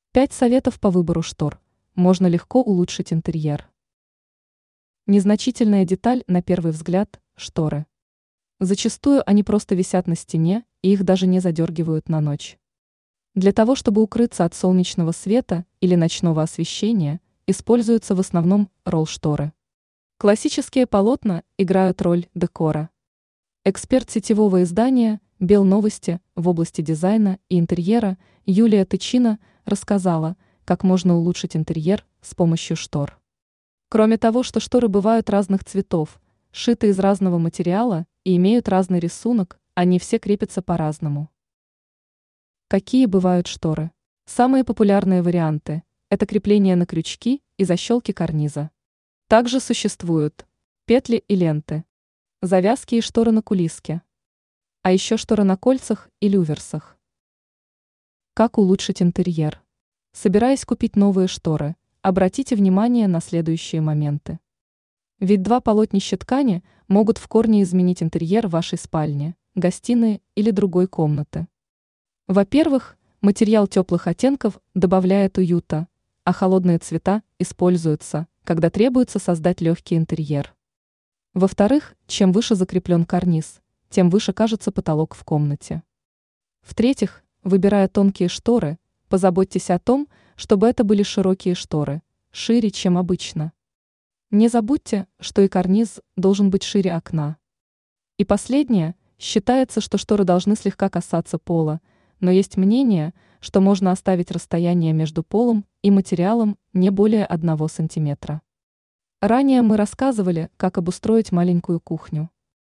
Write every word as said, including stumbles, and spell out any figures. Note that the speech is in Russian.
Пять советов по выбору штор. Можно легко улучшить интерьер. Незначительная деталь на первый взгляд – шторы. Зачастую они просто висят на стене, и их даже не задергивают на ночь. Для того, чтобы укрыться от солнечного света или ночного освещения, используются в основном ролл-шторы. Классические полотна играют роль декора. Эксперт сетевого издания «Белновости» в области дизайна и интерьера Юлия Тычина рассказала, как можно улучшить интерьер с помощью штор. Кроме того, что шторы бывают разных цветов, шиты из разного материала и имеют разный рисунок, они все крепятся по-разному. Какие бывают шторы? Самые популярные варианты – это крепление на крючки и защелки карниза. Также существуют петли и ленты, завязки и шторы на кулиске, а еще шторы на кольцах и люверсах. Как улучшить интерьер? Собираясь купить новые шторы, обратите внимание на следующие моменты. Ведь два полотнища ткани могут в корне изменить интерьер вашей спальни, гостиной или другой комнаты. Во-первых, материал теплых оттенков добавляет уюта, а холодные цвета используются, когда требуется создать легкий интерьер. Во-вторых, чем выше закреплен карниз, тем выше кажется потолок в комнате. В-третьих, выбирая тонкие шторы, позаботьтесь о том, чтобы это были широкие шторы, шире, чем обычно. Не забудьте, что и карниз должен быть шире окна. И последнее, считается, что шторы должны слегка касаться пола, но есть мнение, что можно оставить расстояние между полом и материалом не более одного сантиметра. Ранее мы рассказывали, как обустроить маленькую кухню.